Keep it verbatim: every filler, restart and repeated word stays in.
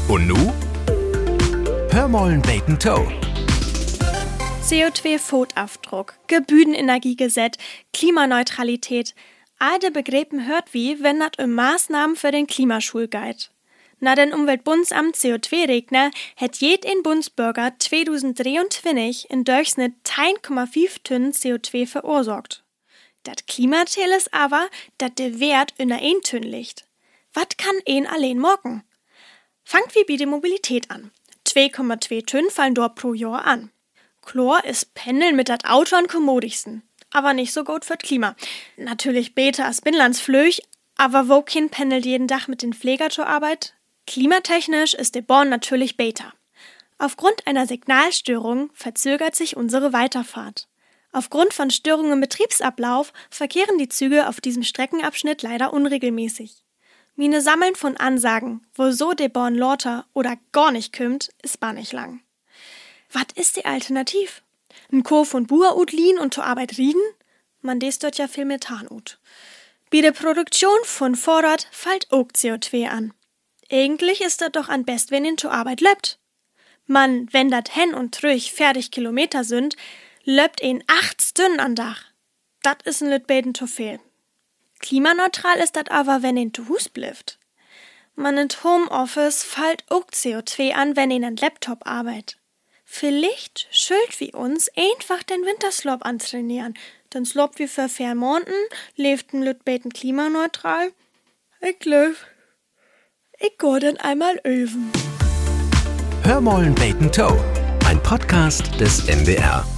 Und nu? Hörmollen Bacon Toe. C O zwei Fußabdruck, Gebührenenergiegesetz, Klimaneutralität. All de Begriffen hört wie, wenn dat um Maßnahmen für den Klimaschul geht. Na den Umweltbundesamt C O zwei Regner hat jeden Bundesbürger zweitausenddreiundzwanzig in Durchschnitt eins Komma fünf Tonnen C O zwei verursacht. Dat Klimaziel ist aber, dat der Wert in der ein Tonne liegt. Wat kann ein allein morgen? Fangt wie bei der Mobilität an. zwei Komma zwei Tonnen fallen dort pro Jahr an. Chlor ist Pendeln mit dat Auto am kommodischsten, aber nicht so gut für das Klima. Natürlich besser als Binnenlandsflüch, aber wo kein pendelt jeden Tag mit den Pfleger zur Arbeit? Klimatechnisch ist der Born natürlich besser. Aufgrund einer Signalstörung verzögert sich unsere Weiterfahrt. Aufgrund von Störungen im Betriebsablauf verkehren die Züge auf diesem Streckenabschnitt leider unregelmäßig. Mine Sammeln von Ansagen, wo so der Born lauter oder gar nicht kümmt, ist bar nicht lang. Was ist die Alternativ? Ein Co von Buhr ut lien und zur Arbeit rieden? Man des dort ja viel Methan ut. Bei der Produktion von Vorrat fällt auch C O zwei an. Eigentlich ist das doch an best, wenn ihn zur Arbeit löppt. Man, wenn dat hen und trüch fertig Kilometer sind, löppt ihn acht Stunden an Dach. Dat is ein lit beten zu viel. Klimaneutral ist dat aber, wenn ihn zu Hus blifft. Man in Homeoffice fällt auch C O zwei an, wenn ihn an Laptop arbeitet. Vielleicht schuld wie uns einfach den Winterslop antrainieren. Den Slop wie für vier Monaten lebt ein lit beten klimaneutral. Ich glaub, ich geh dann einmal öven. Hörmollen Bacon Toe, ein Podcast des N D R.